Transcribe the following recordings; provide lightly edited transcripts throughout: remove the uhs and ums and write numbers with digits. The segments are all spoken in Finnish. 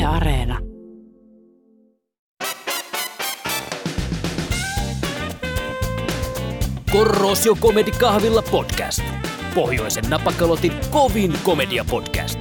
Yle Areena. Korrosio Comedy Kahvilla podcast. Pohjoisen napakalotin kovin komedia podcast.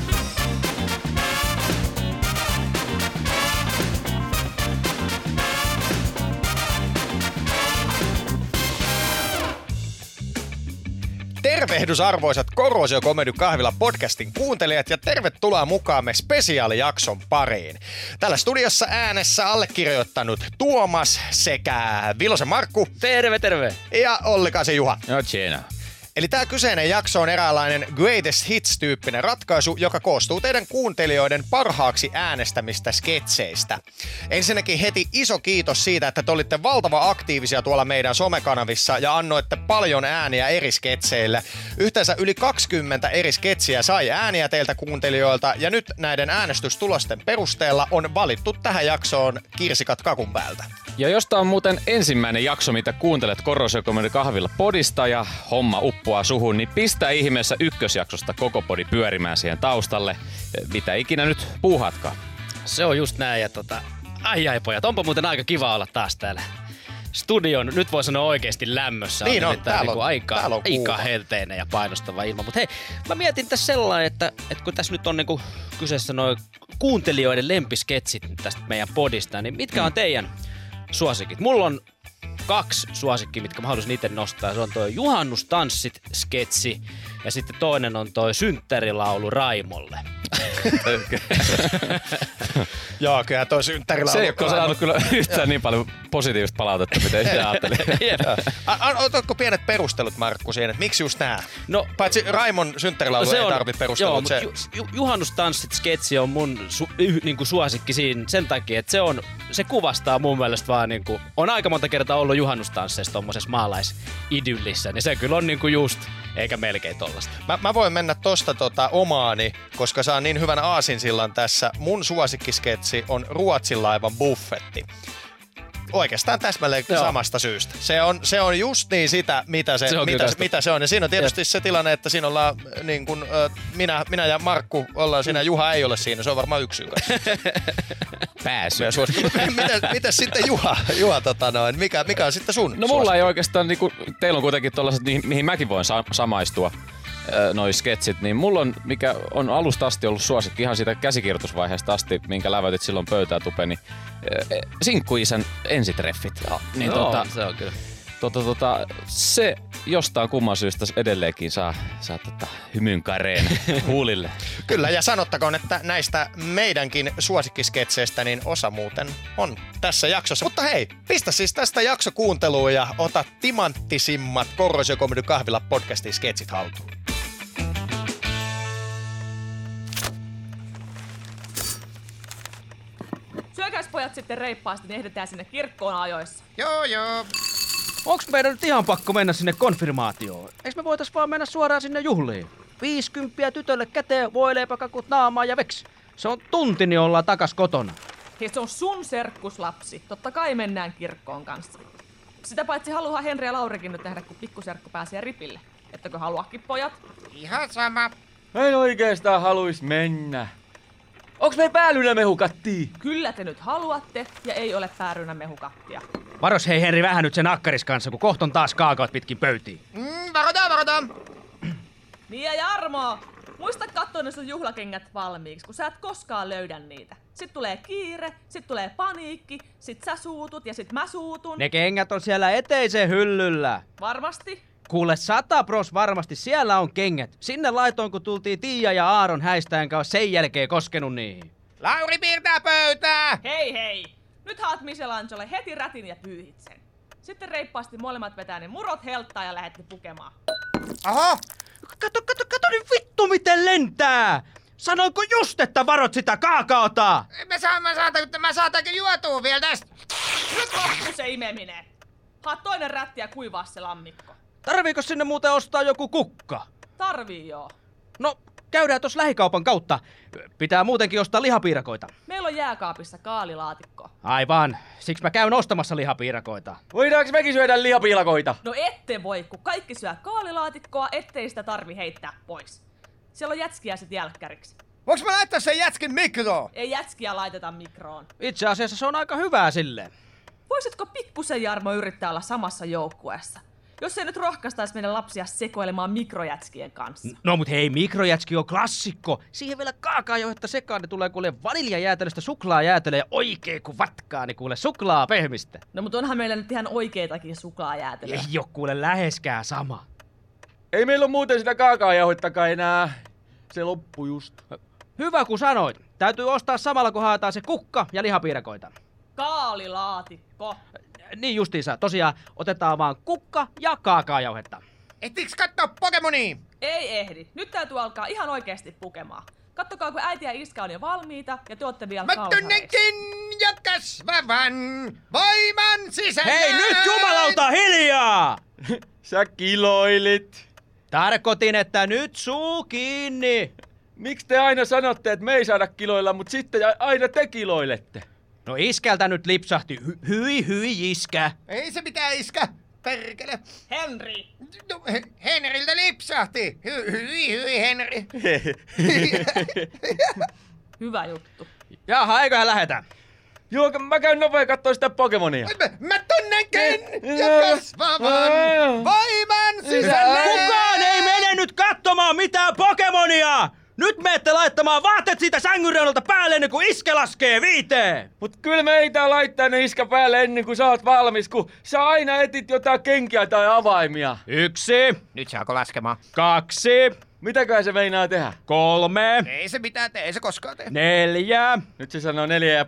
Tervehdys arvoisat Korrosio Comedy Kahvilla podcastin kuuntelijat ja tervetuloa mukaamme spesiaalijakson pariin. Täällä studiossa äänessä allekirjoittanut Tuomas sekä Vilosen Markku. Terve, terve. Ja Ollikaisen Juha. No tjena. Eli tämä kyseinen jakso on eräänlainen Greatest Hits-tyyppinen ratkaisu, joka koostuu teidän kuuntelijoiden parhaaksi äänestämistä sketseistä. Ensinnäkin heti iso kiitos siitä, että te olitte valtavan aktiivisia tuolla meidän somekanavissa ja annoitte paljon ääniä eri sketseille. Yhteensä yli 20 eri sketsiä sai ääniä teiltä kuuntelijoilta ja nyt näiden äänestystulosten perusteella on valittu tähän jaksoon kirsikat kakun päältä. Ja jos tää on muuten ensimmäinen jakso, mitä kuuntelet Korrosio Comedy Kahvilla podista ja homma uppoaa suhun, niin pistä ihmeessä ykkösjaksosta koko podi pyörimään siihen taustalle, mitä ikinä nyt puuhatkaan. Se on just näin ja ai pojat, onpa muuten aika kiva olla taas täällä studion, nyt voi sanoa oikeesti lämmössä. Niin on, täällä on aika helteinen ja painostava ilma. Mutta hei, mä mietin tässä sellainen, että kun tässä nyt on niinku kyseessä noin kuuntelijoiden lempisketsit tästä meidän podista, niin mitkä on teidän suosikit? Mulla on 2 suosikkia, mitkä mä haluaisin itse nostaa. Se on toi Juhannustanssit-sketsi ja sitten toinen on toi synttärilaulu Raimolle. Joo, kyllä toi synttärilaulu. Se ei ole saanut kyllä yhtään niin paljon positiivista palautetta, mitä itse ajattelin. Otatko pienet perustelut, Markku, siihen, että miksi just nää? No, paitsi Raimon synttärilaulu ei tarvitse perustelut. Joo, Juhannustanssit-sketsi on mun niinku suosikki siinä sen takia, että se kuvastaa mun mielestä vaan niinku, on aika monta kertaa ollut juhannustansseissa tommosessa maalaisidyllissä, niin se kyllä on niinku just, eikä melkein tollasta. Mä voin mennä tosta omaani, koska saan niin hyvän aasinsillan tässä. Mun suosikkisketsi on Ruotsin laivan buffetti. Oikeastaan täsmälleen samasta syystä. Se on just niin sitä, mitä se on. Ja siinä on tietysti se tilanne, että siinä ollaan niin kuin, minä ja Markku ollaan siinä, Juha ei ole siinä. Se on varmaan yksin kanssa. Pääsy. Mitäs sitten Juha mikä on sitten sun No mulla ei oikeastaan, niin teillä on kuitenkin tollaiset, mihin mäkin voin samaistua, noi sketsit, niin mulla on, mikä on alusta asti ollut suosikki ihan siitä käsikirjoitusvaiheesta asti, minkä läväytit silloin pöytää tupeni, Sinkkuisän ensitreffit. Niin se on kyllä. Se jostain kumman syystä edelleenkin saa hymyn kareen huulille. Kyllä, ja sanottakoon, että näistä meidänkin suosikkisketseistä niin osa muuten on tässä jaksossa. Mutta hei, pistä siis tästä jaksokuunteluun ja ota timanttisimmat Korrosio Comedy Kahvilla podcastin sketsit haltuun. Syökäs pojat sitten reippaasti, niin ehditään sinne kirkkoon ajoissa. Joo. Onks meidän nyt ihan pakko mennä sinne konfirmaatioon? Eiks me voitais vaan mennä suoraan sinne juhliin? 50 tytölle käteen, voileipäkakut naamaan ja veksi. Se on tunti, niin ollaan takas kotona. Hei, se on sun serkkuslapsi. Totta kai mennään kirkkoon kanssa. Sitä paitsi haluaa Henri ja Laurikin nyt nähdä, kun pikkuserkku pääsee ripille. Ettäkö haluakin, pojat? Ihan sama. En oikeastaan haluis mennä. Onks meillä päälynämehukattia? Kyllä te nyt haluatte, ja ei ole päärynämehukattia. Varos hei Henri vähän nyt sen akkaris kanssa, kun kohton taas kaakaot pitkin pöytiin. Varotaan. Niin ja Jarmo, muista katsoa ne sun juhlakengät valmiiksi, kun sä et koskaan löydä niitä. Sitten tulee kiire, sit tulee paniikki, sit sä suutut ja sit mä suutun. Ne kengät on siellä eteisen hyllyllä. Varmasti? Kuule 100% varmasti siellä on kengät. Sinne laitoin kun tultiin Tiia ja Aaron häistäen kanssa sen jälkeen koskenut niihin. Lauri piirtää pöytää! Hei! Nyt haat Michelangelolle heti rätin ja pyyhit sen. Sitten reippaasti molemmat vetää ne murot helttaa ja lähette pukemaan. Oho! Kato nyt vittu miten lentää! Sanoinko just, että varot sitä kaakaota? Mä saataanko juotua vielä tästä? Nyt loppu se imeminen. Haat toinen rätti ja kuivaa se lammikko. Tarviiko sinne muuten ostaa joku kukka? Tarvii joo. No, käydään tuossa lähikaupan kautta. Pitää muutenkin ostaa lihapiirakoita. Meillä on jääkaapissa kaalilaatikko. Aivan. Siksi mä käyn ostamassa lihapiirakoita. Voidaanko mekin syödä lihapiirakoita? No ette voi, kun kaikki syö kaalilaatikkoa, ettei sitä tarvi heittää pois. Siellä on jätskiäiset jälkkäriksi. Voinko mä laittaa sen jätskin mikroon? Ei jätskiä laiteta mikroon. Itse asiassa se on aika hyvää silleen. Voisitko pikkusen Jarmo yrittää olla samassa joukkueessa? Jos ei nyt rohkaistaisi meidän lapsia sekoilemaan mikrojätskien kanssa. No mut hei, mikrojätski on klassikko. Siihen vielä kaakaajauhetta sekaan, ne tulee kuule vaniljajäätelöstä suklaajäätelö ja oikein kun vatkaa, niin kuule suklaa pehmistä. No mut onhan meillä nyt ihan oikeitakin suklaajäätelöä. Ei oo kuule läheskään sama. Ei meillä ole muuten sitä kaakaajauhettakaan enää. Se loppui just. Hyvä kun sanoit. Täytyy ostaa samalla kun haetaan se kukka ja lihapiirakoita. Kaalilaatikko. Niin justiinsa, tosiaan otetaan vaan kukka ja kaakaajauhetta. Ehtiiks kattoo Pokemonia? Ei ehdi. Nyt täytyy alkaa ihan oikeesti pukemaan. Kattokaa, kun äiti ja iskä on jo valmiita ja te ootte vielä Mä kalsareissa. tunnenkin ja kasvavan voiman sisällä. Hei nyt jumalauta hiljaa! Sä kiloilit. Tarkoitin, että nyt suu kiinni. Miksi te aina sanotte, että me ei saada kiloilla, mutta sitten aina te kiloilette? No iskältä nyt lipsahti. Hyi iskä. Ei se mitään iskä. Perkele. Henri! No, Henriltä lipsahti. Hyi Henri. Hyvä juttu. Jaha, eiköhän lähetä. Joo, mä käyn nopea kattoo sitä Pokemonia. Mä tunnenkin ja kasvavan voiman sisällä. Kukaan ei mene nyt katsomaan mitään Pokemonia! Nyt menette laittamaan vaatteet siitä sängyn reunalta päälle ennen kuin iske laskee 5! Mut kyllä me ei tää laittaa ne iskä päälle ennen kuin sä oot valmis, kun sä aina etit jotain kenkiä tai avaimia. 1, Nyt saako laskemaan? 2, Mitäkään se meinaa tehdä? 3, Ei se mitään tee, ei se koskaan tee. 4, Nyt se sanoo 4,5.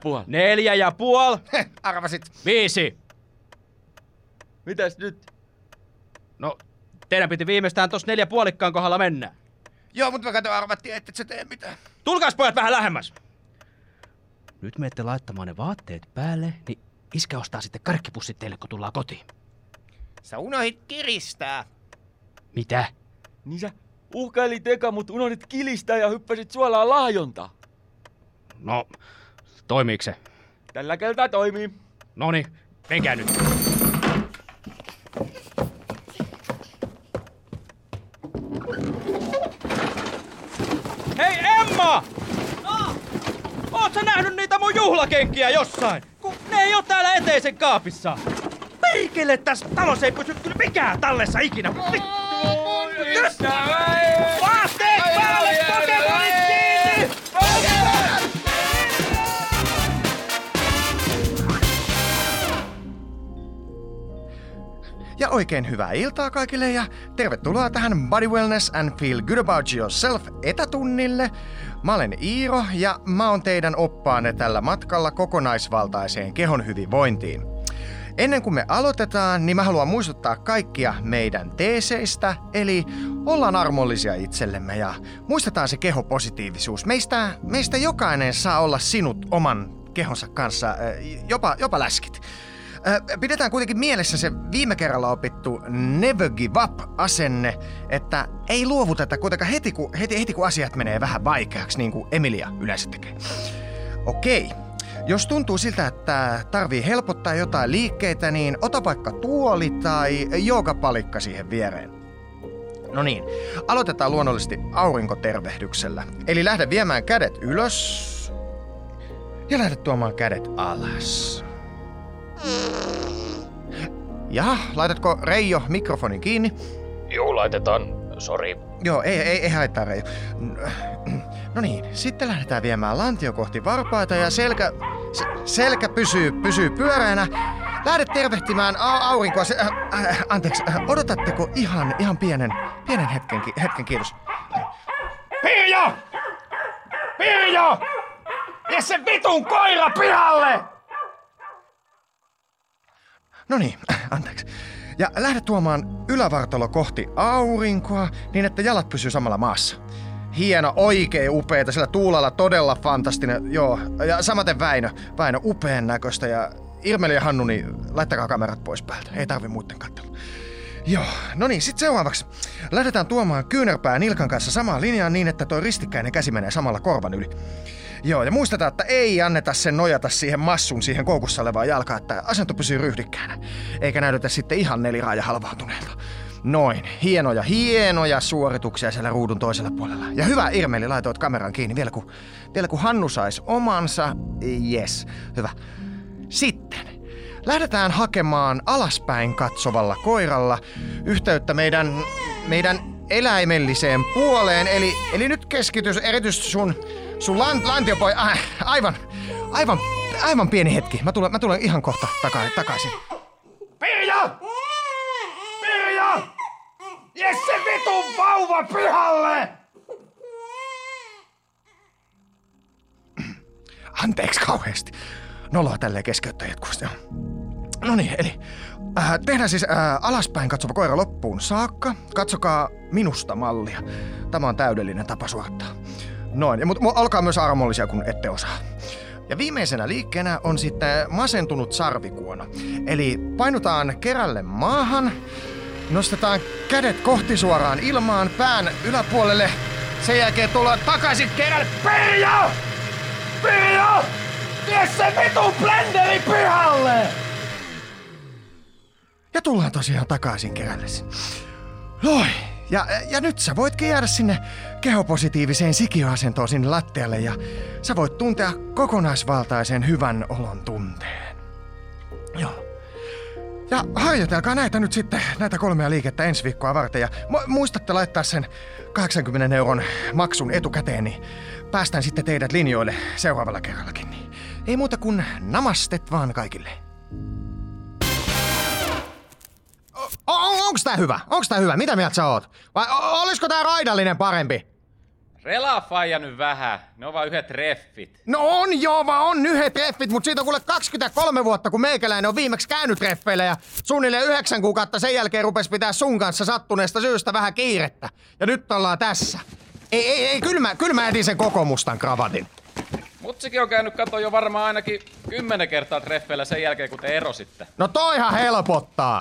4,5, Arvasit. 5. Mitäs nyt? No, teidän piti viimeistään tossa 4,5 kohdalla mennä. Joo, mutta mä arvattiin, että et sä tee mitään. Tulkaas pojat vähän lähemmäs. Nyt menette laittamaan ne vaatteet päälle, niin iskä ostaa sitten karkkipussit teille, kun tullaan kotiin. Sä unohit kiristää. Mitä? Niin sä uhkailit eka, mut unohdit kilistää ja hyppäsit suolaan lahjontaa. No, toimiiko se? Tällä kertaa toimii. Noni, menkää nyt. Hei Emma! No! Oot sä nähnyt niitä mun juhlakenkiä jossain? Kun ne ei oo täällä eteisen kaapissa. Perkele, tässä talossa ei pysy kyllä mikään tallessa ikinä. Vaatteet päälle, Pokemonit kiinni! Ja oikein hyvää iltaa kaikille ja tervetuloa tähän Body Wellness and Feel Good About Yourself etätunnille. Mä olen Iiro ja mä oon teidän oppaanne tällä matkalla kokonaisvaltaiseen kehon hyvinvointiin. Ennen kuin me aloitetaan, niin mä haluan muistuttaa kaikkia meidän teeseistä, eli ollaan armollisia itsellemme ja muistetaan se kehopositiivisuus. Meistä jokainen saa olla sinut oman kehonsa kanssa, jopa läskit. Pidetään kuitenkin mielessä se viime kerralla opittu never give up-asenne, että ei luovuteta kuitenkaan heti kun asiat menee vähän vaikeaksi, niin kuin Emilia yleensä tekee. Okei. Jos tuntuu siltä, että tarvii helpottaa jotain liikkeitä, niin ota vaikka tuoli tai joogapalikka siihen viereen. No niin, aloitetaan luonnollisesti aurinkotervehdyksellä. Eli lähde viemään kädet ylös ja lähde tuomaan kädet alas. Jaha, laitatko Reijo mikrofonin kiinni? Joo, laitetaan. Sori. Joo, ei haittaa Reijo. No niin, sitten lähdetään viemään lantio kohti varpaita ja selkä pysyy pyöreänä. Lähdet tervehtimään aurinkoa. Anteeksi, odotatteko ihan pienen hetken, kiitos. Pirjo! Pirjo! Vie se vitun koira pihalle! No niin, anteeksi. Ja lähde tuomaan ylävartalo kohti aurinkoa niin, että jalat pysyy samalla maassa. Hieno, oikein upeeta, sillä tuulella todella fantastinen, joo. Ja samaten Väinö upean näköistä ja Irmeli ja Hannu, niin laittakaa kamerat pois päältä, ei tarvi muiden katsella. Joo, no niin, sit seuraavaksi. Lähdetään tuomaan kyynärpää nilkan kanssa samaan linjaan niin, että toi ristikkäinen käsi menee samalla korvan yli. Joo, ja muistetaan, että ei anneta sen nojata siihen massun, siihen koukussa olevaan jalkaan, että asento pysyy ryhdikkäänä, eikä näytetä sitten ihan neliraaja halvaantuneelta. Noin. Hienoja suorituksia siellä ruudun toisella puolella. Ja hyvä, Irmeli, laitoit kameran kiinni vielä kun Hannu sais omansa. Yes, hyvä. Sitten lähdetään hakemaan alaspäin katsovalla koiralla yhteyttä meidän eläimelliseen puoleen. Eli nyt keskitys erityisesti sun lantiopoi... Aivan pieni hetki. Mä tulen ihan kohta takaisin. Pirja! Pirja! Jesse vitun vauva pihalle! Anteeksi kauheasti. Noloa tälleen keskeyttää jatkuvasti. No niin, eli tehdään siis alaspäin katsova koira loppuun saakka. Katsokaa minusta mallia. Tämä on täydellinen tapa suorittaa. Noin, mutta olkaa myös armollisia, kun ette osaa. Ja viimeisenä liikkeenä on sitten masentunut sarvikuono. Eli painutaan kerälle maahan, nostetaan kädet kohti suoraan ilmaan, pään yläpuolelle. Sen jälkeen tullaan takaisin kerälle. Pirja! Pirja! Vie se vitun blenderi pihalle! Ja tullaan tosiaan takaisin kerälle. Loi! Ja nyt sä voitkin jäädä sinne kehopositiiviseen sikiöasentoon sinne lattialle ja sä voit tuntea kokonaisvaltaisen hyvän olon tunteen. Joo. Ja harjoitelkaa näitä nyt sitten, näitä 3 liikettä ensi viikkoa varten ja muistatte laittaa sen 80 € maksun etukäteen, niin päästään sitten teidät linjoille seuraavalla kerrallakin. Niin ei muuta kuin namastet vaan kaikille. Onks tää hyvä? Mitä mieltä sä oot? Vai olisiko tää raidallinen parempi? Relaa faija nyt vähän. Ne on vaan yhdet treffit. No on joo, vaan on yhdet treffit, mut siitä on kuule 23 vuotta, kun meikäläinen on viimeksi käynyt treffeillä ja suunnilleen 9 kuukautta sen jälkeen rupes pitää sun kanssa sattuneesta syystä vähän kiirettä. Ja nyt ollaan tässä. Ei, kyllä mä etin sen koko mustan kravatin. Mutsikin on käynyt kato jo varmaan ainakin 10 kertaa treffeillä sen jälkeen, kun te erositte. No toihan helpottaa.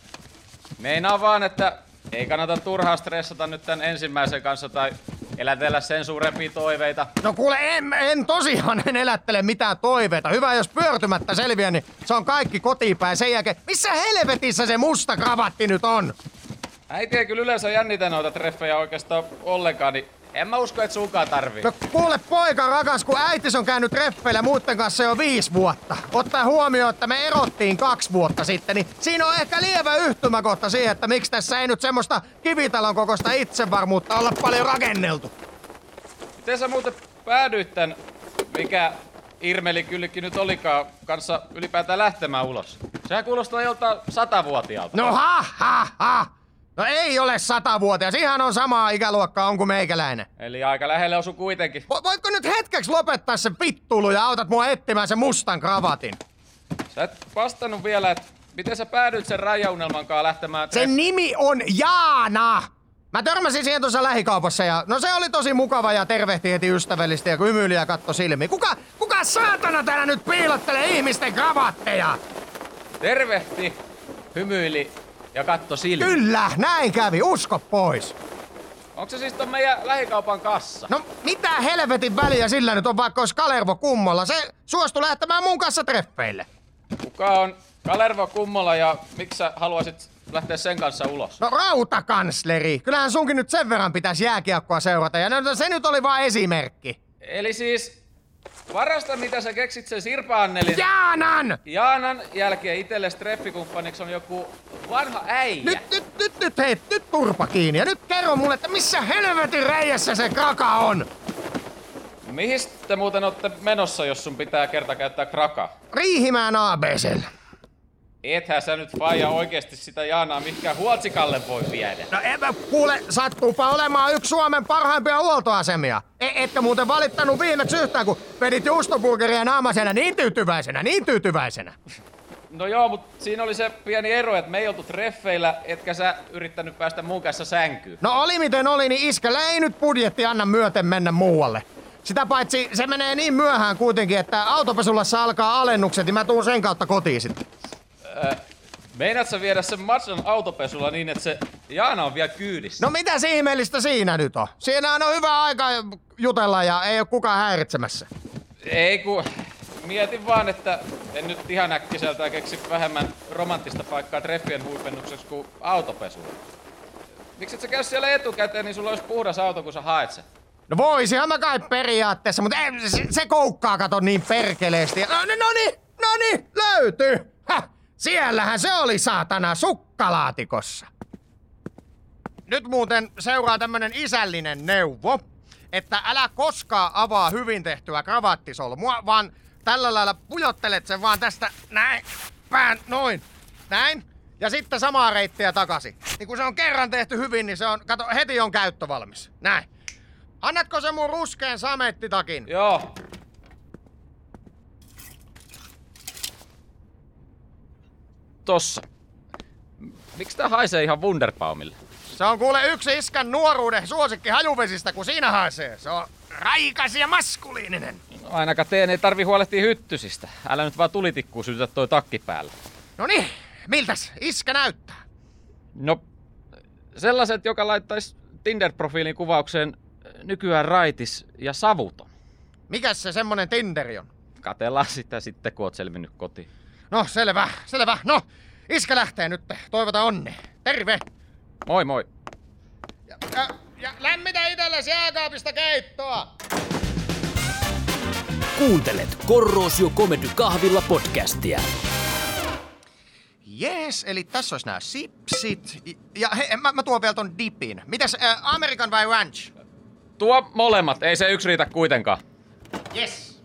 Meinaa vaan, että ei kannata turhaan stressata nyt tän ensimmäisen kanssa tai elätellä sen suurempia toiveita. No kuule, en tosiaan elättele mitään toiveita. Hyvä, jos pyörtymättä selviää, niin se on kaikki kotiinpäin sen jälkeen. Missä helvetissä se musta kravatti nyt on? Äiti ei kyllä yleensä jännitä noita treffejä oikeastaan ollenkaan, niin en mä usko, että sunkaan tarvii. No kuule poika rakas, kun äitis on käynyt treffeillä muuten kanssa jo 5 vuotta. Ottaa huomioon, että me erottiin 2 vuotta sitten, niin siinä on ehkä lievä yhtymäkohta siihen, että miksi tässä ei nyt semmoista kivitalon kokoista itsevarmuutta olla paljon rakenneltu. Miten sä muuten päädyit tän, mikä Irmeli kylläkin nyt olikaan, kanssa ylipäätään lähtemään ulos? Sehän kuulostaa joltain 100-vuotiaalta. No ha! No ei ole 100-vuotias, ihan on samaa ikäluokkaa on kuin meikäläinen. Eli aika lähelle osu kuitenkin. Voitko nyt hetkeksi lopettaa sen vittuilu ja autat mua etsimään sen mustan kravatin? Sä et vastannut vielä, että miten sä päädyit sen rajaunelmankaan lähtemään... Sen nimi on Jaana! Mä törmäsin siihen tuossa lähikaupassa ja no se oli tosi mukava ja tervehti heti ystävällisesti ja hymyili ja katto silmiin. Kuka saatana täällä nyt piilottelee ihmisten kravatteja? Tervehti, hymyili ja katto silmiin. Kyllä, näin kävi, usko pois. Onko se siis ton meidän lähikaupan kassa? No mitä helvetin väliä sillä nyt on, vaikka olisi Kalervo Kummola? Se suostui lähtemään mun kanssa treffeille. Kuka on Kalervo Kummola ja miksi sä haluaisit lähteä sen kanssa ulos? No rautakansleri. Kyllähän sunkin nyt sen verran pitäisi jääkiekkoa seurata ja no, se nyt oli vaan esimerkki. Eli siis parasta mitä sä keksit sen Sirpa-Annelin... Jaanan jälkeen itelles treffikumppaniksi on joku vanha äijä. Nyt turpa kiinni ja nyt kerro mulle, että missä helvetin reijässä se kraka on? Mihin te muuten ootte menossa, jos sun pitää kerta käyttää krakaa? Riihimään ABC:llä. Ethän sä nyt faija oikeesti sitä Jaanaa mihinkään Huoltsikalle voi viedä. No kuule, sattuupa olemaan yksi Suomen parhaimpia huoltoasemia. Etkä muuten valittanut viimeksi yhtään, kun vedit juustoburgeria naamasena niin tyytyväisenä. No joo, mut siinä oli se pieni ero, että me ei oltu treffeillä, etkä sä yrittänyt päästä mun kanssa sänkyyn. No oli miten oli, niin iskällä ei nyt budjetti anna myöten mennä muualle. Sitä paitsi se menee niin myöhään kuitenkin, että autopesulassa alkaa alennukset, niin mä tuun sen kautta kotiin sitten. Meinaat sä viedä sen Mazdan autopesulla niin, että se Jaana on vielä kyydissä? No mitä ihmeellistä siinä nyt on? Siinä on hyvä aika jutella ja ei ole kukaan häiritsemässä. Ei kun mietin vaan, että en nyt ihan äkkiseltään keksi vähemmän romanttista paikkaa treffien huipennukseksi kuin autopesulla. Miksi et sä käy siellä etukäteen, niin sulla olisi puhdas auto, kun sä haet sen? No voisihan mä kai periaatteessa, mutta se koukkaa kato niin perkeleesti. No niin, löytyy. Häh, siellähän se oli saatana sukkalaatikossa. Nyt muuten seuraa tämmönen isällinen neuvo, että älä koskaan avaa hyvin tehtyä kravattisolmua, vaan tällä lailla pujottelet sen vaan tästä näin, noin, näin. Ja sitten samaa reittiä takaisin. Niin kun se on kerran tehty hyvin, niin se on, kato, heti on käyttövalmis. Näin. Annatko se mun ruskeen samettitakin? Joo. Tossa. Miksi tää haisee ihan Wunderbaumille? Se on kuule yksi iskän nuoruuden suosikki hajuvesistä, kun siinä haisee. Se on raikas ja maskuliininen. No, ainakaan teen ei tarvi huolehtia hyttysistä. Älä nyt vaan tulitikkuu sytytä toi takki päälle. No niin, miltäs iskä näyttää? No, sellaiset, joka laittaisi Tinder-profiilin kuvaukseen nykyään raitis ja savuton. Mikäs se semmonen Tinderi on? Katellaan sitä sitten, kun oot selvinnyt kotiin. No, selvä. No, iskä lähtee nyt. Toivotaan onnea. Terve! Moi moi. Ja lämmitä itsellesi jääkaapista keittoa! Kuuntelet Corrosio Comedy kahvilla podcastia. Jees, eli tässä olisi nää sipsit. Ja hei, mä tuon vielä ton dipin. Mitäs, American vai Ranch? Tuo molemmat, ei se yksi riitä kuitenkaan. Yes.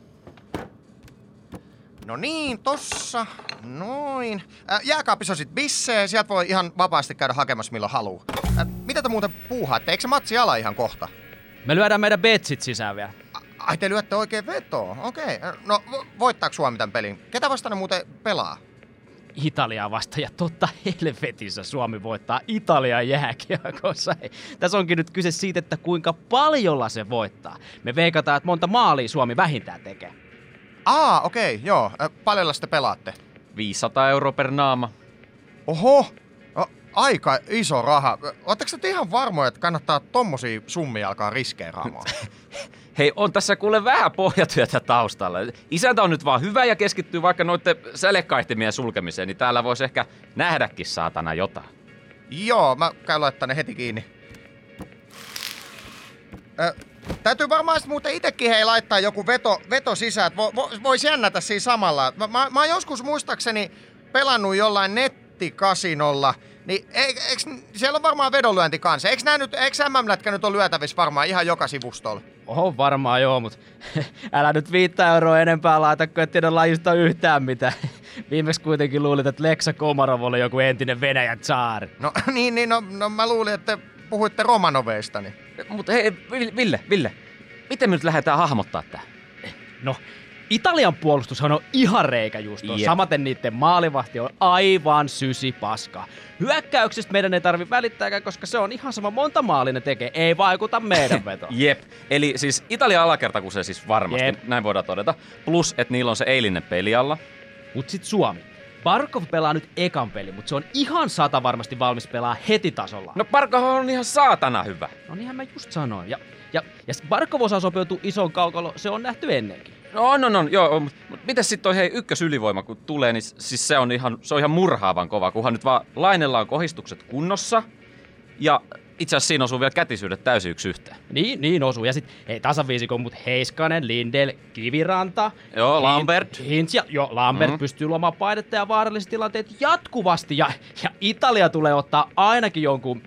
No niin, tossa. Noin. Jääkaapissa on sit bissejä, sieltä voi ihan vapaasti käydä hakemassa milloin haluu. Mitä te muuten puuhaatte? Eikö se matsi ala ihan kohta? Me lyödään meidän betsit sisään vielä. Ai te lyötte oikein vetoa, okei. No voittaako Suomi tän pelin? Ketä vastaan ne muuten pelaa? Italiaa vasta ja totta helvetissä Suomi voittaa Italian jääkiekossa. Tässä onkin nyt kyse siitä, että kuinka paljolla se voittaa. Me veikataan, että monta maalia Suomi vähintään tekee. Okei, joo. Paljolla sitten pelaatte? 500 € per naama. Oho! Aika iso raha. Oletteko te ihan varmoja, että kannattaa tommosia summia alkaa riskeeraamaan? Hei, on tässä kuule vähän pohjatyötä taustalla. Isäntä on nyt vaan hyvä ja keskittyy vaikka noitten selekaihtimien sulkemiseen, niin täällä voisi ehkä nähdäkin saatana jotain. Joo, mä käyn laittaa ne heti kiinni. Täytyy varmaan muuten itekin laittaa joku veto sisään, että vois jännätä siinä samalla. Mä oon joskus muistaakseni pelannut jollain nettikasinolla, niin eikö siellä on varmaan vedonlyönti kanssa? Eikö MM-lätkä nyt ole lyötävissä varmaan ihan joka sivustolla? Oho, varmaan joo, mutta älä nyt 5 € enempää laita, kun et tiedä lajista yhtään mitään. Viimeksi kuitenkin luulit, että Leksa Komarov oli joku entinen Venäjän tsaari. No niin, no mä luulin, että puhuitte Romanoveista. Niin. Mutta hei, Ville, miten me nyt lähdetään hahmottaa tää? No, Italian puolustushan on ihan reikä just tuossa. Samaten niitten maalivahti on aivan sysipaska. Hyökkäyksestä meidän ei tarvi välittääkään, koska se on ihan sama monta maalia ne tekee. Ei vaikuta meidän vetoon. Jep. Eli siis Italian alakerta, kun se siis varmasti, näin voidaan todeta. Plus, että niillä on se eilinen peli alla. Mut sit Suomi. Barkov pelaa nyt ekan peli, mutta se on ihan 100 varmasti valmis pelaa heti tasolla. No Barkov on ihan saatana hyvä. No niinhän mä just sanoin. Ja Barkov osaa sopeutua isoon kaukaloon, se on nähty ennenkin. No, joo, mutta mites sit toi ykkösylivoima kun tulee, niin siis se on ihan murhaavan kova, kunhan nyt vaan Lainella on kohistukset kunnossa ja itse asiassa siinä osuu vielä kätisyydet täysin yksi yhteen. Niin osuu. Ja sit tasaviisikon, mut Heiskanen, Lindell, Kiviranta. Joo, Lambert. Hintz ja Lambert pystyy luomaan painetta ja vaaralliset tilanteet jatkuvasti. Ja Italia tulee ottaa ainakin jonkun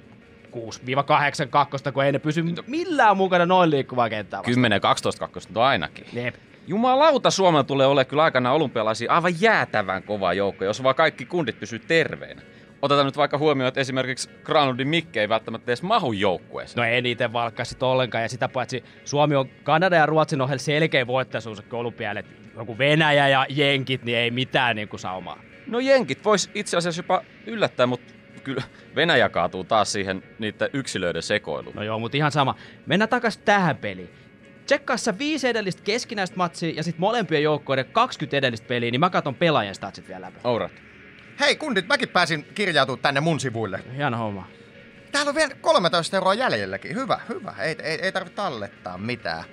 6-8 kakkosta, kun ei ne pysy millään mukana noin liikkuvaa kenttää vastaan. 10-12 kakkosta ainakin. Jep. Jumalauta, Suomella tulee olemaan kyllä aikana olympialaisia aivan jäätävän kova joukko, jos vaan kaikki kundit pysyy terveinä. Otetaan nyt vaikka huomioon, että esimerkiksi Granlundin Mikke ei välttämättä edes mahu joukkueeseen. No ei niitä valkkaa sit ollenkaan, ja sitä paitsi Suomi on Kanada ja Ruotsin ohella selkeä voittaisuus olympialle. Joku Venäjä ja Jenkit, niin ei mitään niinku saumaa. No Jenkit vois itse asiassa jopa yllättää, mutta kyllä Venäjä kaatuu taas siihen niiden yksilöiden sekoiluun. No joo, mutta ihan sama. Mennään takas tähän peliin. Tsekkaassa 5 edellistä keskinäistä matsia ja sit molempien joukkoiden 20 edellistä peliä, niin mä katon pelaajien statsit vielä läpi. Alright. Hei kundit, mäkin pääsin kirjautumaan tänne mun sivuille. Hieno homma. Täällä on vielä 13 € jäljelläkin. Hyvä. Ei tarvitse tallettaa mitään.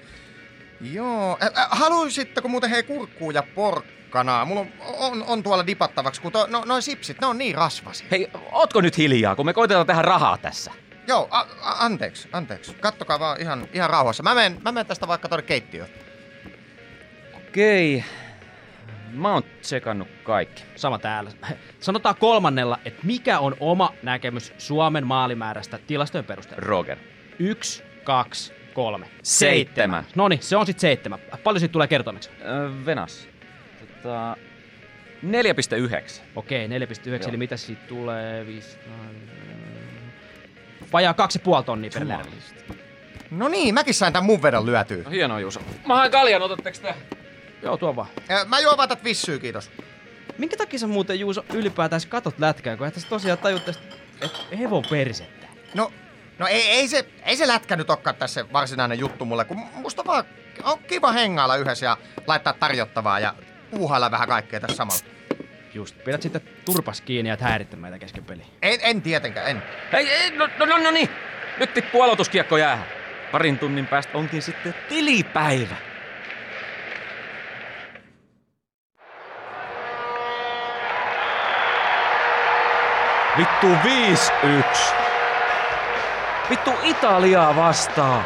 Joo. Haluaisitteko muuten kurkkuu ja porkkanaa? Mulla on tuolla dipattavaksi, kun noi sipsit, ne on niin rasvasia. Hei, ootko nyt hiljaa, kun me koitetaan tehdä rahaa tässä? Joo, anteeksi. Kattokaa vaan ihan rauhassa. Mä menen tästä vaikka tuonne keittiöön. Okei. Mä oon tsekannut kaikki. Sama täällä. Sanotaan kolmannella, että mikä on oma näkemys Suomen maalimäärästä tilastojen perusteella? Roger. 1, 2, 3. 7. Noniin, se on sit 7. Paljon siitä tulee kertoimeksi? Venas. 4,9. Okei, 4,9, eli mitä siitä tulee? Vajaa 2,5 tonnia per lärvi. No niin, mäkin sain tän mun vedon lyötyä. No hienoa, Juuso. Mä haen kaljan, otatteks te? Joo, tuo vaan. Mä juon vaan tät vissyä, kiitos. Minkä takia sä muuten, Juuso, ylipäätään katot lätkää, kun et sä tosiaan tajut tästä hevon persettä? No ei se lätkä nyt olekaan tässä varsinainen juttu mulle, kun musta vaan on kiva hengailla yhdessä ja laittaa tarjottavaa ja puuhailla vähän kaikkea tässä samalla. Just, pidät sitten turpas kiinni ja et häiritte meitä kesken peliä. En tietenkään, en. Hei, no niin. Nyt tippuu aloituskiekko jäähän. Parin tunnin päästä onkin sitten tilipäivä. Vittu 5-1. Vittu Italiaa vastaan.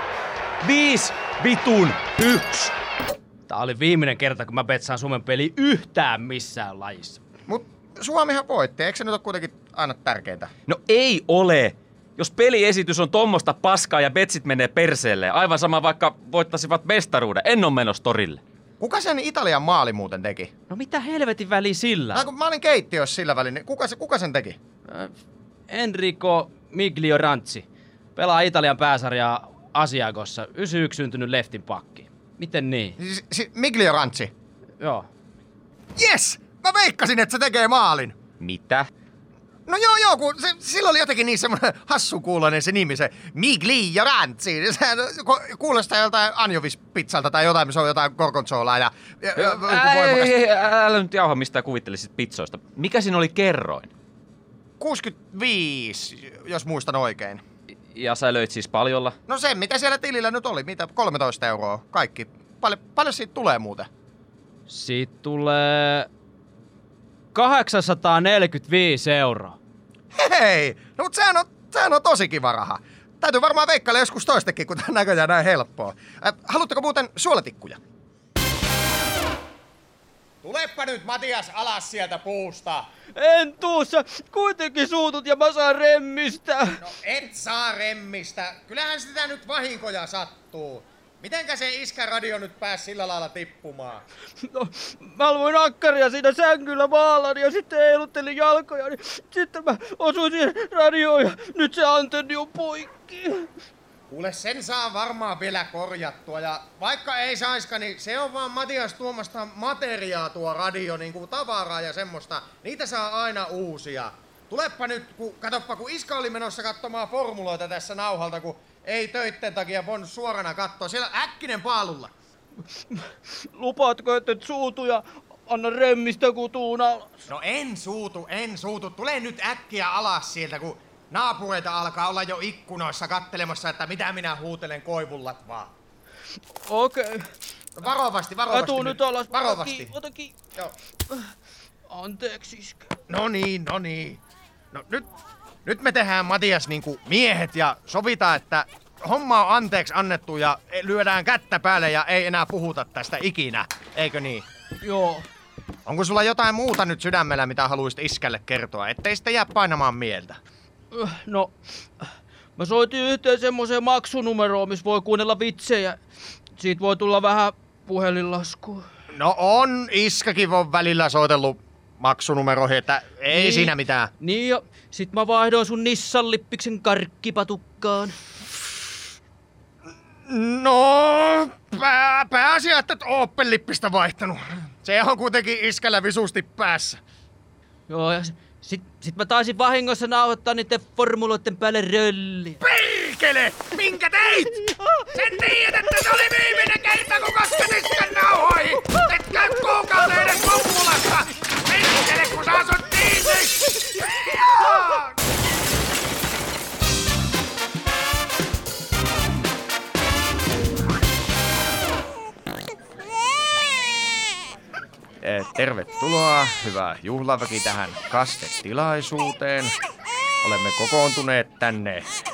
5-1. Tää oli viimeinen kerta, kun mä betsaan Suomen peliä yhtään missään lajissa. Mut Suomihan voitti, eikö se nyt ole kuitenkin aina tärkeintä? No ei ole. Jos peliesitys on tommosta paskaa ja betsit menee perseelle, aivan sama vaikka voittasivat mestaruuden, en oo menossa torille. Kuka sen Italian maali muuten teki? No mitä helvetin väliä sillä? Kun mä olin keittiössä sillä välin, niin kuka sen teki? Enrico Miglioranzi. Pelaa Italian pääsarjaa Asiagossa. 91 syntynyt leftin pakki. Miten niin? Miglioranzi. Joo. Yes! Mä veikkasin, että se tekee maalin. Mitä? No joo, kun sillä oli jotenkin niin semmoinen hassukuuloinen se nimi, se Miglioranzi. Sehän kuulostaa joltain anjovispizzalta tai jotain, missä on jotain gorgonzolaa ja Ei, älä nyt jauha mistään kuvittelisit pizzoista. Mikä siinä oli kerroin? 65, jos muistan oikein. Ja sä löit siis paljolla? No se, mitä siellä tilillä nyt oli, mitä 13 €, kaikki. Paljon siitä tulee muuten? Siitä tulee 845 €. Hei! No mut sehän on tosi kiva raha. Täytyy varmaan veikkailla joskus toistekin, kun tää on näköjään näin helppoa. Haluatteko muuten suolatikkuja? Tulepa nyt Matias alas sieltä puusta. En tuu, sä kuitenkin suutut ja mä saan remmistä. No et saa remmistä. Kyllähän sitä nyt vahinkoja sattuu. Mitenkä se iskäradio nyt pääsi sillä lailla tippumaan? No, mä luin akkaria siinä sängyllä maallani ja sitten heiluttelin jalkoja, niin sitten mä osuin siihen radioon ja nyt se antenni on poikki. Kuule, sen saa varmaan vielä korjattua ja vaikka ei saiskaan, niin se on vaan Matias tuomasta materiaa tuo radio, niin kuin tavaraa ja semmoista. Niitä saa aina uusia. Tulepa nyt, katoppa, kun iskä oli menossa katsomaan formuloita tässä nauhalta, kun ei töitten takia voinut suorana katsoa. Siellä äkkinen paalulla. Lupaatko, että et suutu ja anna remmistä kutuun alas? No en suutu. Tule nyt äkkiä alas sieltä, kun naapureita alkaa olla jo ikkunoissa kattelemassa, että mitä minä huutelen koivullat vaan. Okei. No varovasti. Mä tuun nyt alas. Varovasti. Ota kiinni. Joo. Anteeksi, iskä. No niin. No nyt me tehdään, Matias, niinku miehet ja sovitaan, että homma on anteeksi annettu ja lyödään kättä päälle ja ei enää puhuta tästä ikinä. Eikö niin? Joo. Onko sulla jotain muuta nyt sydämellä, mitä haluaisit iskälle kertoa, ettei sitä jää painamaan mieltä? No, mä soitin yhteen semmoiseen maksunumeroon, missä voi kuunnella vitsejä. Siitä voi tulla vähän puhelinlaskua. No on, iskäkin on välillä soitellut maksunumeroihin, että ei niin, siinä mitään. Niin ja sit mä vaihdoin sun Nissan-lippiksen karkkipatukkaan. No, pääasia, että et Opel-lippistä vaihtanut. Se on kuitenkin iskällä visusti päässä. Joo, ja sit mä taisin vahingossa nauhoittaa niiden formuloiden päälle rölliä. Perkele! Minkä teit? Sen tiedät, että se oli viimeinen kerta, kun kosket iskän nauhoihin! Et käy kuukauden edes kuppulassa! Perkele, kun saa sut kiinni! Tervetuloa, hyvä juhlaväki, tähän kastetilaisuuteen. Olemme kokoontuneet tänne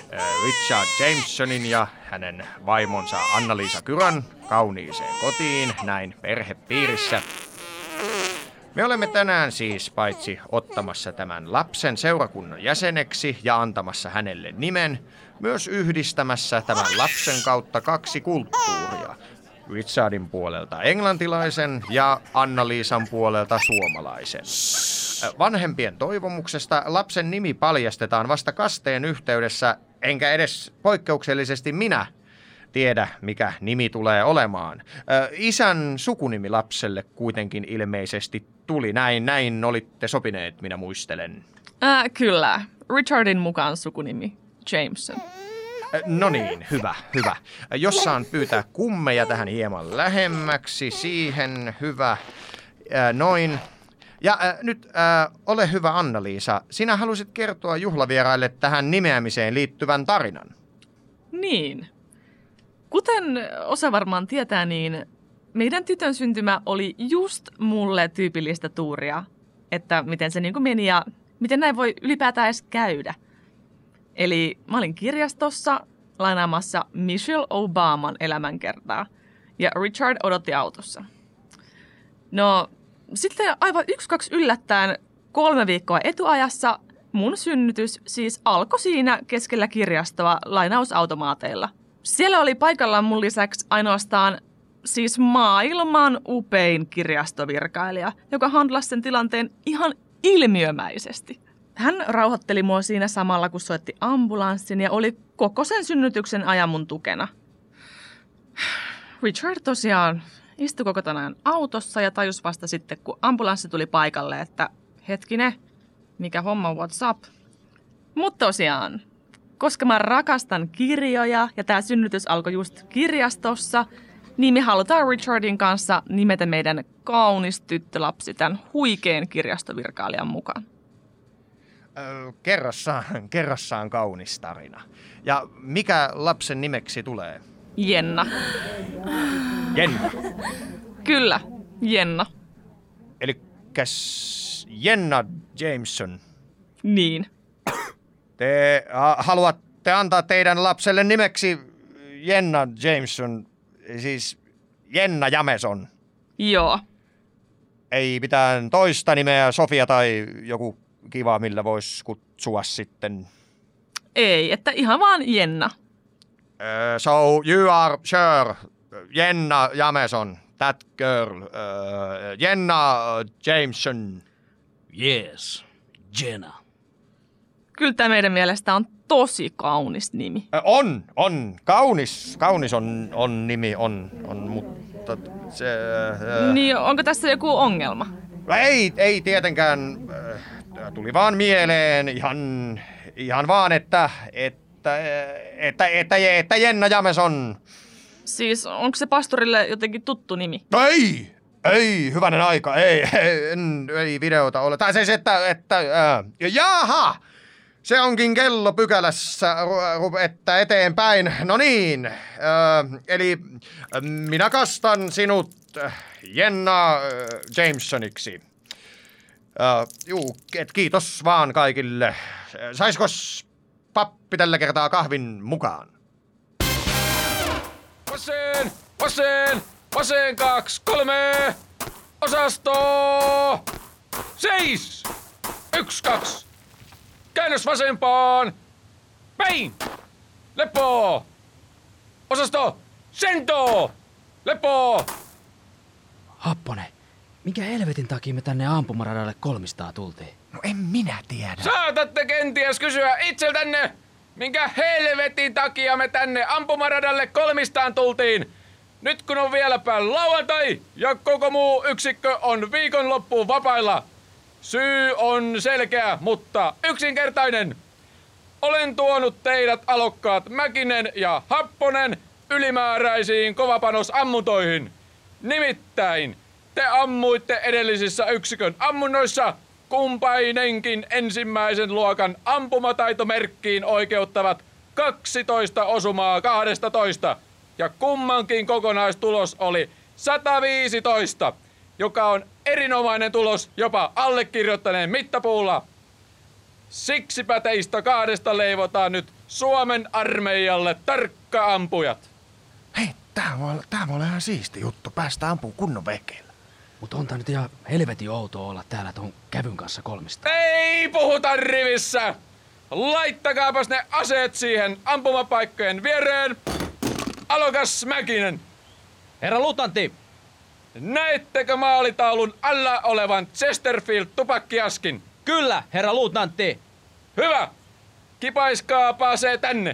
Richard Jamesonin ja hänen vaimonsa Anna-Liisa Kyrön kauniiseen kotiin, näin perhepiirissä. Me olemme tänään siis paitsi ottamassa tämän lapsen seurakunnan jäseneksi ja antamassa hänelle nimen, myös yhdistämässä tämän lapsen kautta 2 kulttuuria. Richardin puolelta englantilaisen ja Anna-Liisan puolelta suomalaisen. Vanhempien toivomuksesta lapsen nimi paljastetaan vasta kasteen yhteydessä, enkä edes poikkeuksellisesti minä tiedä, mikä nimi tulee olemaan. Isän sukunimi lapselle kuitenkin ilmeisesti tuli. Näin olitte sopineet, minä muistelen. Kyllä. Richardin mukaan sukunimi. Jameson. No niin, hyvä. Jos saan pyytää kummeja tähän hieman lähemmäksi, siihen hyvä. Noin. Ja nyt ole hyvä Anna-Liisa, sinä halusit kertoa juhlavieraille tähän nimeämiseen liittyvän tarinan. Niin. Kuten osa varmaan tietää, niin meidän tytön syntymä oli just mulle tyypillistä tuuria, että miten se niin meni ja miten näin voi ylipäätään edes käydä. Eli mä olin kirjastossa lainaamassa Michelle Obaman elämänkertaa ja Richard odotti autossa. No, sitten aivan 1-2 yllättäen 3 viikkoa etuajassa mun synnytys siis alkoi siinä keskellä kirjastoa lainausautomaateilla. Siellä oli paikallaan mun lisäksi ainoastaan siis maailman upein kirjastovirkailija, joka handlasi sen tilanteen ihan ilmiömäisesti. Hän rauhoitteli mua siinä samalla, kun soitti ambulanssin ja oli koko sen synnytyksen ajan mun tukena. Richard tosiaan istui koko tänään autossa ja tajus vasta sitten, kun ambulanssi tuli paikalle, että hetkinen, mikä homma, what's up? Mutta tosiaan, koska mä rakastan kirjoja ja tää synnytys alkoi just kirjastossa, niin me halutaan Richardin kanssa nimetä meidän kaunis tyttölapsi tämän huikean kirjastovirkailijan mukaan. Kerrassaan kaunis tarina. Ja mikä lapsen nimeksi tulee? Jenna. Jenna. Kyllä, Jenna. Elikkäs Jenna Jameson. Niin. Te haluatte antaa teidän lapselle nimeksi Jenna Jameson, siis Jenna Jameson. Joo. Ei mitään toista nimeä, Sofia tai joku kiva, millä voisi kutsua sitten. Ei, että ihan vaan Jenna. So you are sure, Jenna Jameson, that girl, Jenna Jameson. Yes, Jenna. Kyllä tämä meidän mielestä on tosi kaunis nimi. On. Kaunis on nimi, mutta se... Niin, onko tässä joku ongelma? Ei tietenkään. Tuli vaan mieleen ihan vaan, että Jenna Jameson. Siis onko se pastorille jotenkin tuttu nimi? Ei, hyvänen aika, ei videota ole. Tai siis, jaha! Se onkin kello pykälässä, että eteenpäin. No niin, eli minä kastan sinut Jenna Jamesoniksi. Kiitos vaan kaikille. Saisikos pappi tällä kertaa kahvin mukaan? Vasen 2, 3, osasto, seis, 1, 2, käännös vasempaan, päin, lepo, osasto, sento, lepo. Happonen, minkä helvetin takia me tänne ampumaradalle 300 tultiin? No en minä tiedä. Saatatte kenties kysyä itseltänne, minkä helvetin takia me tänne ampumaradalle 300 tultiin. Nyt kun on vieläpä lauantai ja koko muu yksikkö on viikonloppuun vapailla. Syy on selkeä, mutta yksinkertainen. Olen tuonut teidät alokkaat Mäkinen ja Happonen ylimääräisiin kovapanosammuntoihin. Nimittäin te ammuitte edellisissä yksikön ammunnoissa kumpainenkin ensimmäisen luokan ampumataitomerkkiin oikeuttavat 12 osumaa 12. Ja kummankin kokonaistulos oli 115, joka on erinomainen tulos jopa allekirjoittaneen mittapuulla. Siksipä teistä 2 leivotaan nyt Suomen armeijalle tarkka-ampujat. Hei, tää voi olla ihan siisti juttu. Päästään ampumaan kunnon vehkeillä. Mutta on tää nyt ihan helvetin outoa olla täällä ton kävyn kanssa kolmista. Ei puhuta rivissä! Laittakaapas ne aseet siihen ampumapaikkojen viereen. Alokas Mäkinen! Herra luutnantti! Näettekö maalitaulun alla olevan Chesterfield-tupakkiaskin? Kyllä, herra luutnantti! Hyvä! Kipaiskaapa se tänne.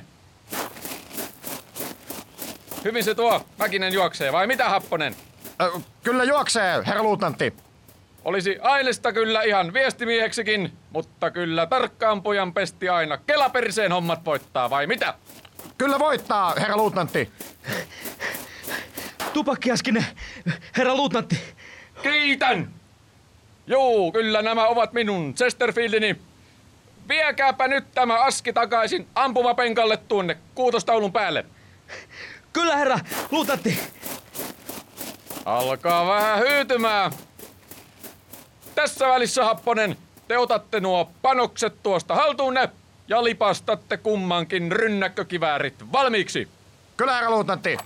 Hyvin se tuo. Mäkinen juoksee, vai mitä, Happonen? Kyllä juoksee, herra luutnantti. Olisi Ailesta kyllä ihan viestimieheksikin, mutta kyllä tarkkaampujan pesti aina kelaperiseen hommat voittaa, vai mitä? Kyllä voittaa, herra luutnantti. Tupakkiaskinen, herra luutnantti! Kiitän! Juu, kyllä nämä ovat minun Chesterfieldini. Viekääpä nyt tämä aski takaisin ampumapenkalle tuonne kuutostaulun päälle. Kyllä, herra luutnantti! Alkaa vähän hyytymään. Tässä välissä, Happonen, te otatte nuo panokset tuosta haltuunne ja lipastatte kummankin rynnäkkökiväärit valmiiksi. Kyllä, herra luutnantti.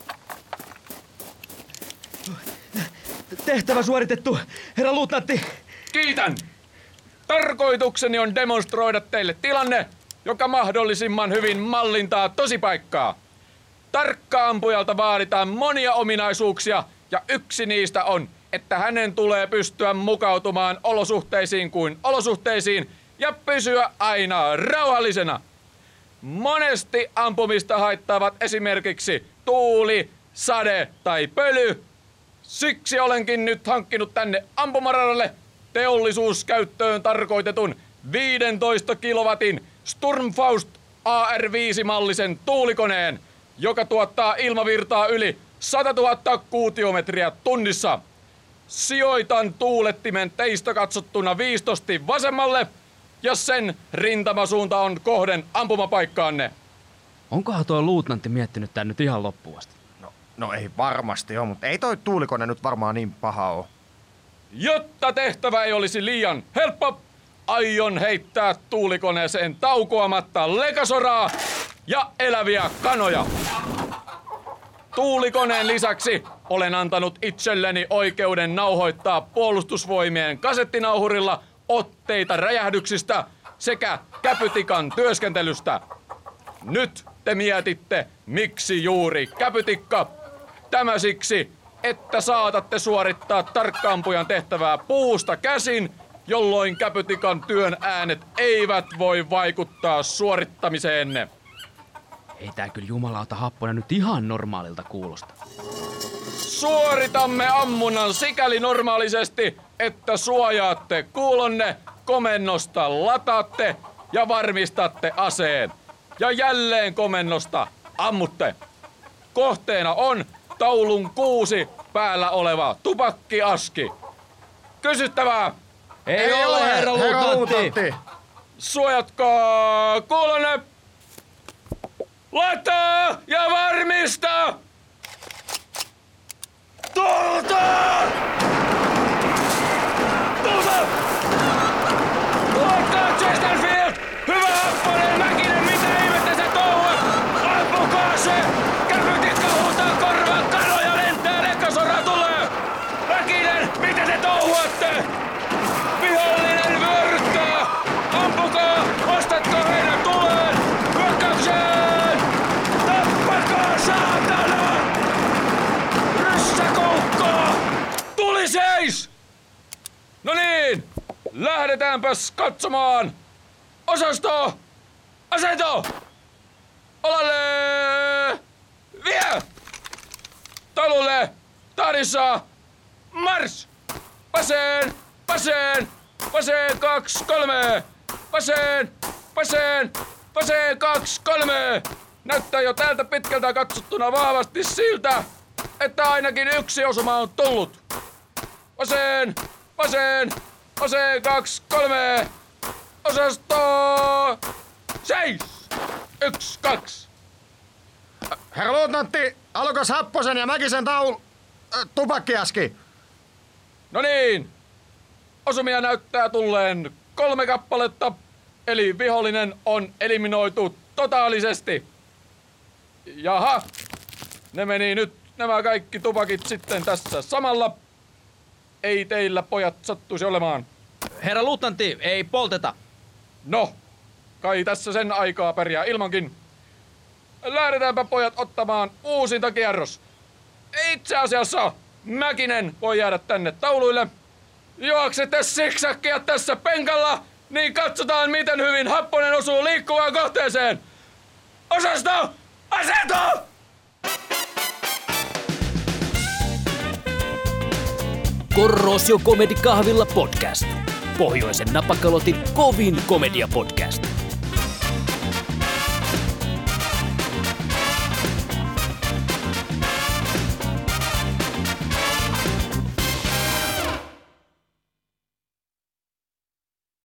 Tehtävä suoritettu, herra luutnantti! Kiitän! Tarkoitukseni on demonstroida teille tilanne, joka mahdollisimman hyvin mallintaa tosipaikkaa. Tarkka-ampujalta vaaditaan monia ominaisuuksia ja yksi niistä on, että hänen tulee pystyä mukautumaan olosuhteisiin kuin olosuhteisiin ja pysyä aina rauhallisena. Monesti ampumista haittaavat esimerkiksi tuuli, sade tai pöly. Siksi olenkin nyt hankkinut tänne ampumaradalle teollisuuskäyttöön tarkoitetun 15 kilowatin Sturmfaust AR-5-mallisen tuulikoneen, joka tuottaa ilmavirtaa yli 100 000 kuutiometriä tunnissa. Sijoitan tuulettimen teistä katsottuna viistosti vasemmalle ja sen rintamasuunta on kohden ampumapaikkaanne. Onkohan tuo luutnantti miettinyt tän nyt ihan loppuun asti? No ei varmasti ole, mutta ei toi tuulikone nyt varmaan niin paha ole. Jotta tehtävä ei olisi liian helppo, aion heittää tuulikoneeseen taukoamatta lekasoraa ja eläviä kanoja. Tuulikoneen lisäksi olen antanut itselleni oikeuden nauhoittaa puolustusvoimien kasettinauhurilla otteita räjähdyksistä sekä käpytikan työskentelystä. Nyt te mietitte, miksi juuri käpytikka. Tämä siksi, että saatatte suorittaa tarkkaampujan tehtävää puusta käsin, jolloin käpytikan työn äänet eivät voi vaikuttaa suorittamiseenne. Ei tää kyllä jumalauta Happonen nyt ihan normaalilta kuulosta. Suoritamme ammunnan sikäli normaalisesti, että suojaatte kuulonne, komennosta lataatte ja varmistatte aseen. Ja jälleen komennosta ammutte. Kohteena on taulun 6 päällä oleva tupakkiaski. Kysyttävää! Ei ole, herra luutnantti! Suojatkaa kuulonne! Lataa ja varmista! Tulta! Tulta! Laittaa Chesterfield! Hyvä Happonen, Mäkinen, mitä ihmettä sä touhuat? Ampukaa se! Käpytikka huutaa korvaan, kanoja lentää, lekkasora tulee! Mäkinen, mitä te touhuatte? Vihollinen vyöryttää! Ampukaa! Ostatko heidän tuleen? Hyökkäykseen! Tappakaa, saatana! Ryssäkoukkoa! Tuli seis! No niin, lähdetäänpäs katsomaan! Osasto! Asento! Olalle! Vie! Talulle! Tahdissa! Mars! Vaseen! Vaseen! Vaseen 2, 3! Vaseen! Vaseen! Vaseen 2, 3! Näyttää jo täältä pitkältä katsottuna vahvasti siltä, että ainakin yksi osuma on tullut. Vaseen! Vaseen! Vaseen 2, 3! Osasto! Seis! 1, 2! Herra luutnantti, alokas Happosen ja Mäkisen tupakkiaski. No niin! Osumia näyttää tulleen 3 kappaletta, eli vihollinen on eliminoitu totaalisesti. Jaha, ne meni nyt nämä kaikki tupakit sitten tässä samalla. Ei teillä pojat sattuisi olemaan. Herra luutnantti, ei polteta. No, kai tässä sen aikaa pärjää ilmankin. Lähdetäänpä pojat ottamaan uusinta kierros. Itse asiassa Mäkinen voi jäädä tänne tauluille. Juoksette siksäkkiä tässä penkalla, niin katsotaan miten hyvin Happonen osuu liikkuvaan kohteeseen. Osasto, asetu! Corrosio Comedy Kahvilla podcast. Pohjoisen napakalotin kovin komedia podcast.